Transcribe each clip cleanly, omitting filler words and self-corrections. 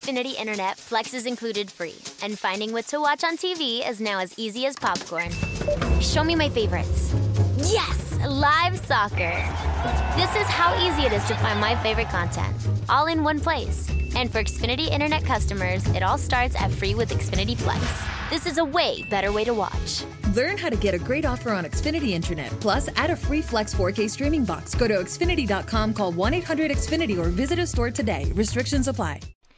Xfinity Internet, Flex is included free, and finding what to watch on TV is now as easy as popcorn. Show me my favorites. Yes, live soccer. This is how easy it is to find my favorite content, all in one place. And for Xfinity Internet customers, it all starts at free with Xfinity Flex. This is a way better way to watch. Learn how to get a great offer on Xfinity Internet. Plus, add a free Flex 4K streaming box. Go to Xfinity.com, call 1-800-XFINITY or visit a store today. Restrictions apply.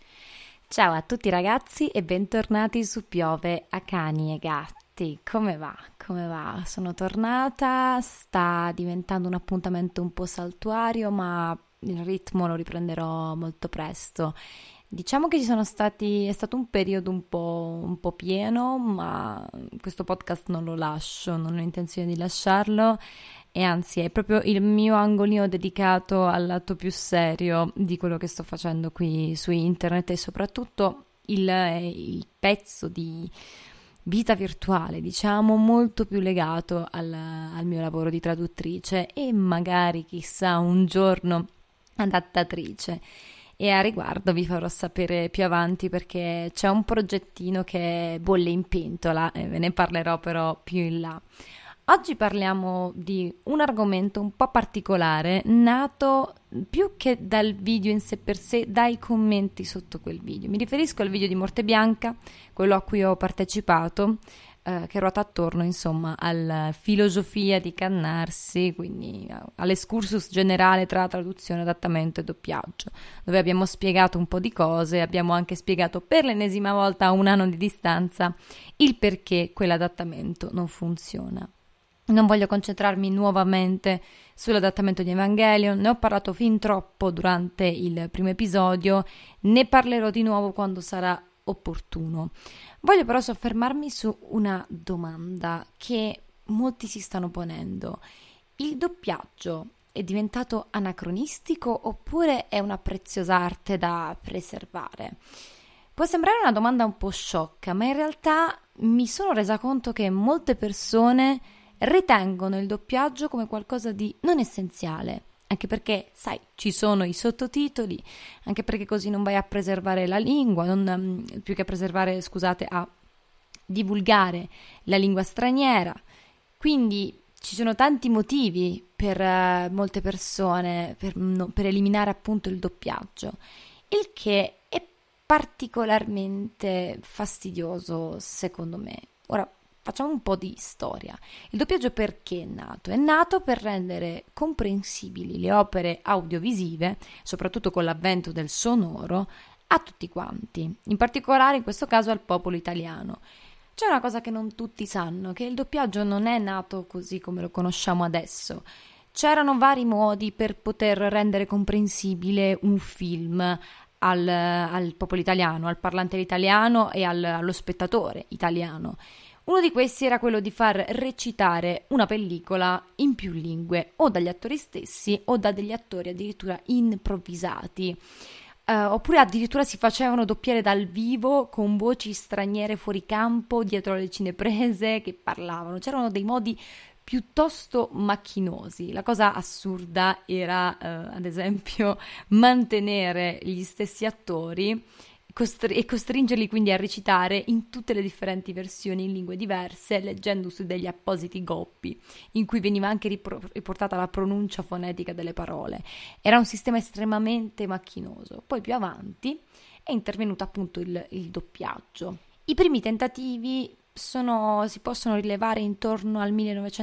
Ciao a tutti ragazzi e bentornati su Piove a cani e gatti. Come va? Come va? Sono tornata, sta diventando un appuntamento un po' saltuario, ma il ritmo lo riprenderò molto presto. Diciamo che è stato un periodo un po' pieno, ma questo podcast non lo lascio, non ho intenzione di lasciarlo e anzi è proprio il mio angolino dedicato al lato più serio di quello che sto facendo qui su internet e soprattutto il pezzo di vita virtuale, diciamo, molto più legato al mio lavoro di traduttrice e magari chissà un giorno adattatrice. E a riguardo vi farò sapere più avanti perché c'è un progettino che bolle in pentola e ve ne parlerò però più in là. Oggi parliamo di un argomento un po' particolare, nato più che dal video in sé per sé, dai commenti sotto quel video. Mi riferisco al video di Morte Bianca, quello a cui ho partecipato, che ruota attorno, insomma, alla filosofia di Cannarsi, quindi all'excursus generale tra traduzione, adattamento e doppiaggio, dove abbiamo spiegato un po' di cose, abbiamo anche spiegato per l'ennesima volta a un anno di distanza il perché quell'adattamento non funziona. Non voglio concentrarmi nuovamente sull'adattamento di Evangelion, ne ho parlato fin troppo durante il primo episodio, ne parlerò di nuovo quando sarà opportuno. Voglio però soffermarmi su una domanda che molti si stanno ponendo. Il doppiaggio è diventato anacronistico oppure è una preziosa arte da preservare? Può sembrare una domanda un po' sciocca, ma in realtà mi sono resa conto che molte persone ritengono il doppiaggio come qualcosa di non essenziale, anche perché, sai, ci sono i sottotitoli, anche perché così non vai a preservare la lingua, più che a preservare, scusate, a divulgare la lingua straniera. Quindi ci sono tanti motivi per molte persone per eliminare appunto il doppiaggio, il che è particolarmente fastidioso secondo me. Ora, facciamo un po' di storia. Il doppiaggio perché è nato? È nato per rendere comprensibili le opere audiovisive, soprattutto con l'avvento del sonoro, a tutti quanti, in particolare in questo caso al popolo italiano. C'è una cosa che non tutti sanno, che il doppiaggio non è nato così come lo conosciamo adesso. C'erano vari modi per poter rendere comprensibile un film al popolo italiano, al parlante italiano e allo spettatore italiano. Uno di questi era quello di far recitare una pellicola in più lingue, o dagli attori stessi o da degli attori addirittura improvvisati, oppure addirittura si facevano doppiare dal vivo con voci straniere fuori campo dietro le cineprese che parlavano. C'erano dei modi piuttosto macchinosi. La cosa assurda era, ad esempio, mantenere gli stessi attori e costringerli quindi a recitare in tutte le differenti versioni in lingue diverse, leggendo su degli appositi goppi, in cui veniva anche riportata la pronuncia fonetica delle parole. Era un sistema estremamente macchinoso. Poi più avanti è intervenuto appunto il doppiaggio. I primi tentativi si possono rilevare intorno al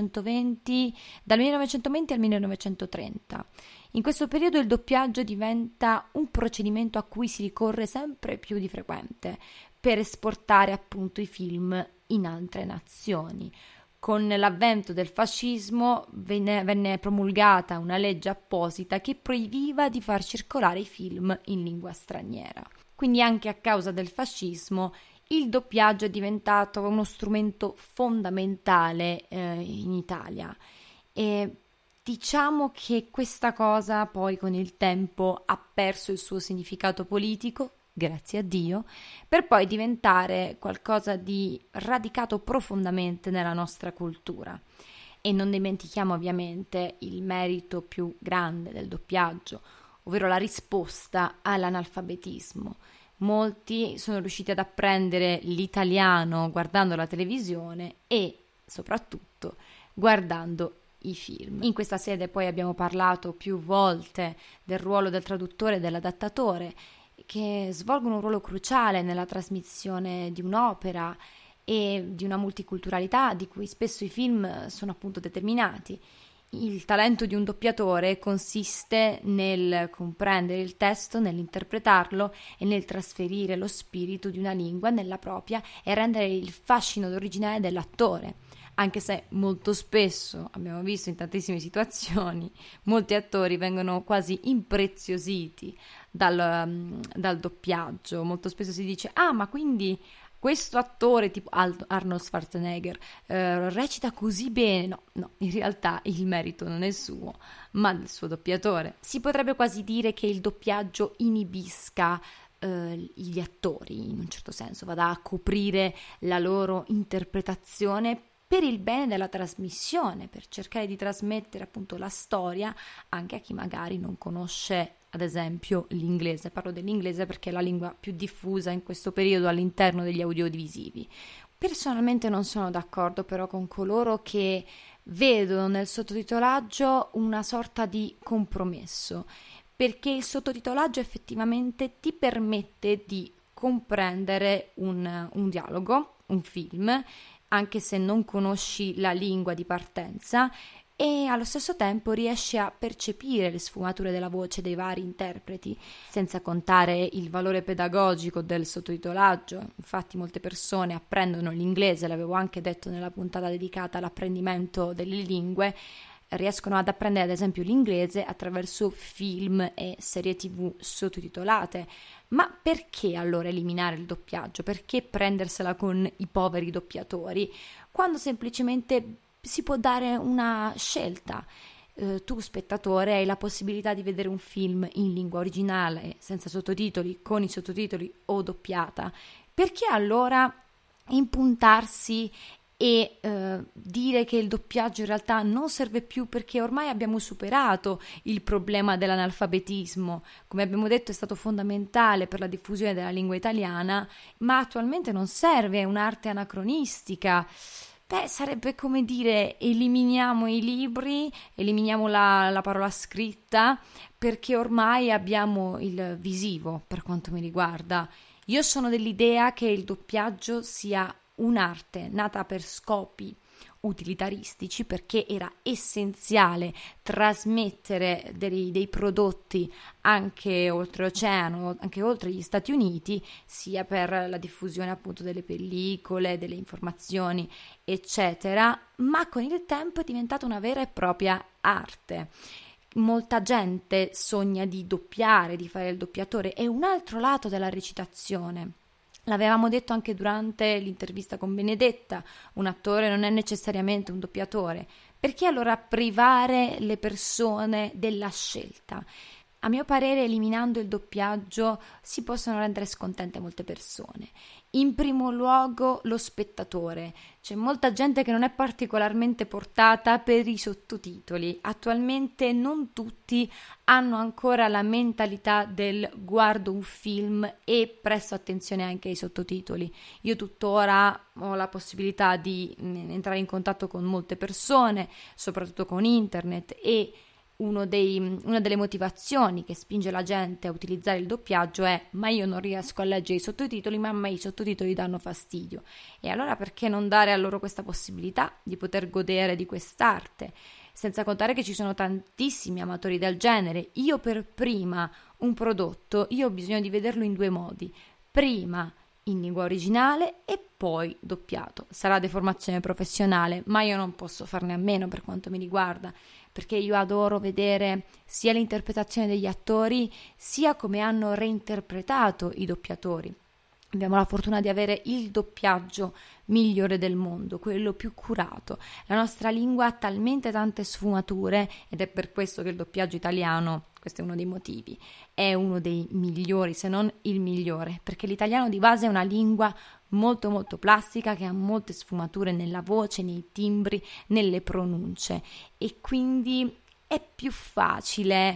1920, dal 1920 al 1930. In questo periodo il doppiaggio diventa un procedimento a cui si ricorre sempre più di frequente per esportare appunto i film in altre nazioni. Con l'avvento del fascismo venne promulgata una legge apposita che proibiva di far circolare i film in lingua straniera. Quindi anche a causa del fascismo il doppiaggio è diventato uno strumento fondamentale in Italia e diciamo che questa cosa poi con il tempo ha perso il suo significato politico, grazie a Dio, per poi diventare qualcosa di radicato profondamente nella nostra cultura. E non dimentichiamo ovviamente il merito più grande del doppiaggio, ovvero la risposta all'analfabetismo. molti sono riusciti ad apprendere l'italiano guardando la televisione e soprattutto guardando i film. In questa sede poi abbiamo parlato più volte del ruolo del traduttore e dell'adattatore, che svolgono un ruolo cruciale nella trasmissione di un'opera e di una multiculturalità di cui spesso i film sono appunto determinati. Il talento di un doppiatore consiste nel comprendere il testo, nell'interpretarlo e nel trasferire lo spirito di una lingua nella propria e rendere il fascino originale dell'attore. Anche se molto spesso, abbiamo visto in tantissime situazioni, molti attori vengono quasi impreziositi dal doppiaggio. Molto spesso si dice, ma quindi questo attore tipo Arnold Schwarzenegger recita così bene. No, in realtà il merito non è suo, ma del suo doppiatore. Si potrebbe quasi dire che il doppiaggio inibisca gli attori, in un certo senso, vada a coprire la loro interpretazione per il bene della trasmissione, per cercare di trasmettere appunto la storia anche a chi magari non conosce, ad esempio, l'inglese. Parlo dell'inglese perché è la lingua più diffusa in questo periodo all'interno degli audiovisivi. Personalmente non sono d'accordo però con coloro che vedono nel sottotitolaggio una sorta di compromesso, perché il sottotitolaggio effettivamente ti permette di comprendere un dialogo, un film, anche se non conosci la lingua di partenza, e allo stesso tempo riesci a percepire le sfumature della voce dei vari interpreti, senza contare il valore pedagogico del sottotitolaggio. Infatti molte persone apprendono l'inglese, l'avevo anche detto nella puntata dedicata all'apprendimento delle lingue, riescono ad apprendere ad esempio l'inglese attraverso film e serie TV sottotitolate. Ma perché allora eliminare il doppiaggio? Perché prendersela con i poveri doppiatori? Quando semplicemente si può dare una scelta. Tu spettatore hai la possibilità di vedere un film in lingua originale, senza sottotitoli, con i sottotitoli o doppiata. Perché allora impuntarsi e dire che il doppiaggio in realtà non serve più, perché ormai abbiamo superato il problema dell'analfabetismo? Come abbiamo detto, è stato fondamentale per la diffusione della lingua italiana, ma attualmente non serve, è un'arte anacronistica. Sarebbe come dire: eliminiamo i libri, eliminiamo la parola scritta, perché ormai abbiamo il visivo, per quanto mi riguarda. Io sono dell'idea che il doppiaggio sia un'arte nata per scopi utilitaristici, perché era essenziale trasmettere dei prodotti anche oltreoceano, anche oltre gli Stati Uniti, sia per la diffusione appunto delle pellicole, delle informazioni, eccetera, ma con il tempo è diventata una vera e propria arte. Molta gente sogna di doppiare, di fare il doppiatore. È un altro lato della recitazione. L'avevamo detto anche durante l'intervista con Benedetta, un attore non è necessariamente un doppiatore. Perché allora privare le persone della scelta? A mio parere, eliminando il doppiaggio si possono rendere scontente molte persone. In primo luogo lo spettatore. C'è molta gente che non è particolarmente portata per i sottotitoli. Attualmente non tutti hanno ancora la mentalità del guardo un film e presto attenzione anche ai sottotitoli. Io tuttora ho la possibilità di entrare in contatto con molte persone, soprattutto con internet, e una delle motivazioni che spinge la gente a utilizzare il doppiaggio è: ma io non riesco a leggere i sottotitoli, ma a me i sottotitoli danno fastidio. E allora perché non dare a loro questa possibilità di poter godere di quest'arte? Senza contare che ci sono tantissimi amatori del genere. Io per prima un prodotto, io ho bisogno di vederlo in due modi: prima in lingua originale e poi doppiato. Sarà deformazione professionale, ma io non posso farne a meno per quanto mi riguarda, perché io adoro vedere sia l'interpretazione degli attori sia come hanno reinterpretato i doppiatori. Abbiamo la fortuna di avere il doppiaggio migliore del mondo, quello più curato. La nostra lingua ha talmente tante sfumature, ed è per questo che il doppiaggio italiano, questo è uno dei motivi, è uno dei migliori, se non il migliore, perché l'italiano di base è una lingua molto molto plastica, che ha molte sfumature nella voce, nei timbri, nelle pronunce, e quindi è più facile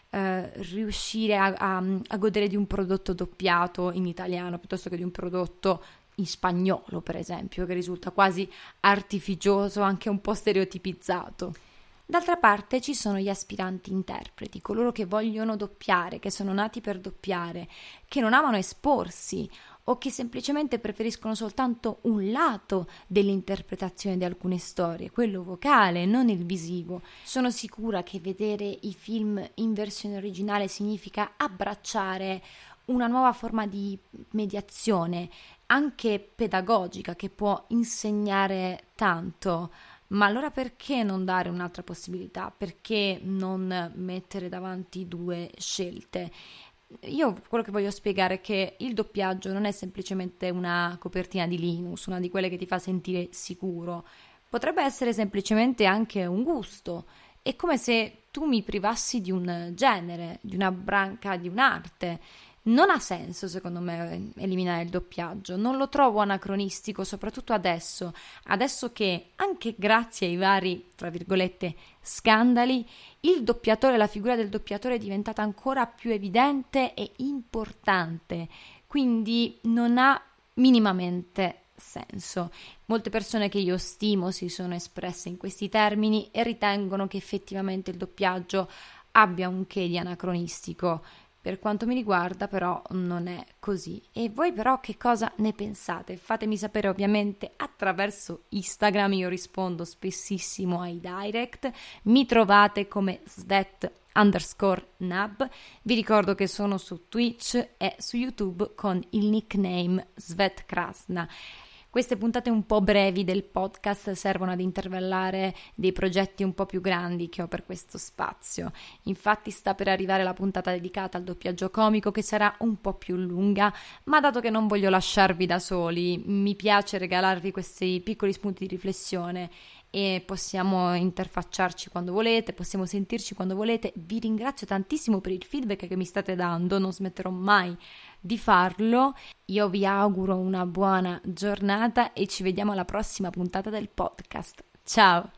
riuscire a godere di un prodotto doppiato in italiano piuttosto che di un prodotto in spagnolo, per esempio, che risulta quasi artificioso, anche un po' stereotipizzato. D'altra parte ci sono gli aspiranti interpreti, coloro che vogliono doppiare, che sono nati per doppiare, che non amano esporsi o che semplicemente preferiscono soltanto un lato dell'interpretazione di alcune storie, quello vocale, non il visivo. Sono sicura che vedere i film in versione originale significa abbracciare una nuova forma di mediazione, anche pedagogica, che può insegnare tanto. Ma allora perché non dare un'altra possibilità? Perché non mettere davanti due scelte? Io quello che voglio spiegare è che il doppiaggio non è semplicemente una copertina di Linus, una di quelle che ti fa sentire sicuro. Potrebbe essere semplicemente anche un gusto. È come se tu mi privassi di un genere, di una branca, di un'arte. Non ha senso, secondo me, eliminare il doppiaggio. Non lo trovo anacronistico, soprattutto adesso che, anche grazie ai vari, tra virgolette, scandali, il doppiatore, la figura del doppiatore è diventata ancora più evidente e importante. Quindi non ha minimamente senso. Molte persone che io stimo si sono espresse in questi termini e ritengono che effettivamente il doppiaggio abbia un che di anacronistico. Per quanto mi riguarda, però, non è così. E voi però che cosa ne pensate? Fatemi sapere ovviamente attraverso Instagram, io rispondo spessissimo ai direct, mi trovate come Svet_Nab, vi ricordo che sono su Twitch e su YouTube con il nickname Svetkrasna. Queste puntate un po' brevi del podcast servono ad intervallare dei progetti un po' più grandi che ho per questo spazio. Infatti sta per arrivare la puntata dedicata al doppiaggio comico, che sarà un po' più lunga, ma dato che non voglio lasciarvi da soli, mi piace regalarvi questi piccoli spunti di riflessione e possiamo interfacciarci quando volete, possiamo sentirci quando volete. Vi ringrazio tantissimo per il feedback che mi state dando, non smetterò mai di farlo. Io vi auguro una buona giornata e ci vediamo alla prossima puntata del podcast. Ciao!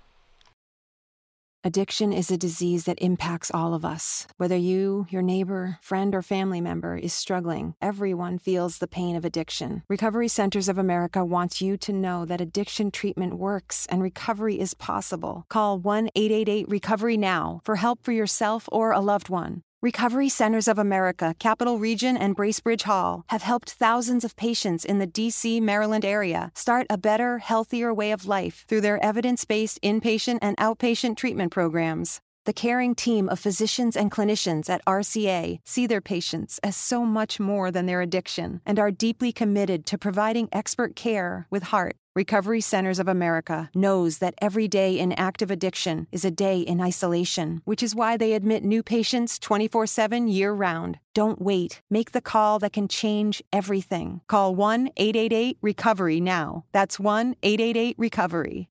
Addiction is a disease that impacts all of us. Whether you, your neighbor, friend, or family member is struggling, everyone feels the pain of addiction. Recovery Centers of America wants you to know that addiction treatment works and recovery is possible. Call 1-888-RECOVERY now for help for yourself or a loved one. Recovery Centers of America, Capital Region, and Bracebridge Hall have helped thousands of patients in the D.C., Maryland area start a better, healthier way of life through their evidence-based inpatient and outpatient treatment programs. The caring team of physicians and clinicians at RCA see their patients as so much more than their addiction and are deeply committed to providing expert care with heart. Recovery Centers of America knows that every day in active addiction is a day in isolation, which is why they admit new patients 24/7 year-round. Don't wait. Make the call that can change everything. Call 1-888-RECOVERY now. That's 1-888-RECOVERY.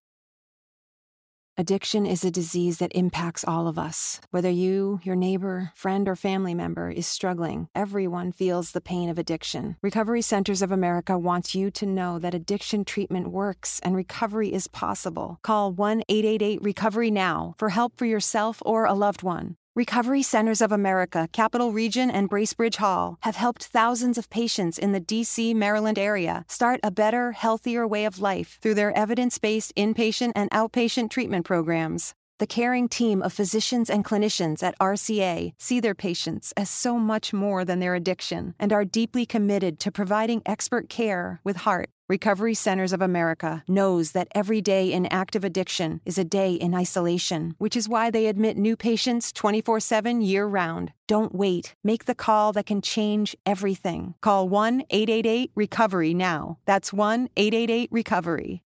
Addiction is a disease that impacts all of us. Whether you, your neighbor, friend, or family member is struggling, everyone feels the pain of addiction. Recovery Centers of America wants you to know that addiction treatment works and recovery is possible. Call 1-888-RECOVERY now for help for yourself or a loved one. Recovery Centers of America, Capital Region, and Bracebridge Hall have helped thousands of patients in the D.C., Maryland area start a better, healthier way of life through their evidence-based inpatient and outpatient treatment programs. The caring team of physicians and clinicians at RCA see their patients as so much more than their addiction and are deeply committed to providing expert care with heart. Recovery Centers of America knows that every day in active addiction is a day in isolation, which is why they admit new patients 24/7 year-round. Don't wait. Make the call that can change everything. Call 1-888-RECOVERY now. That's 1-888-RECOVERY.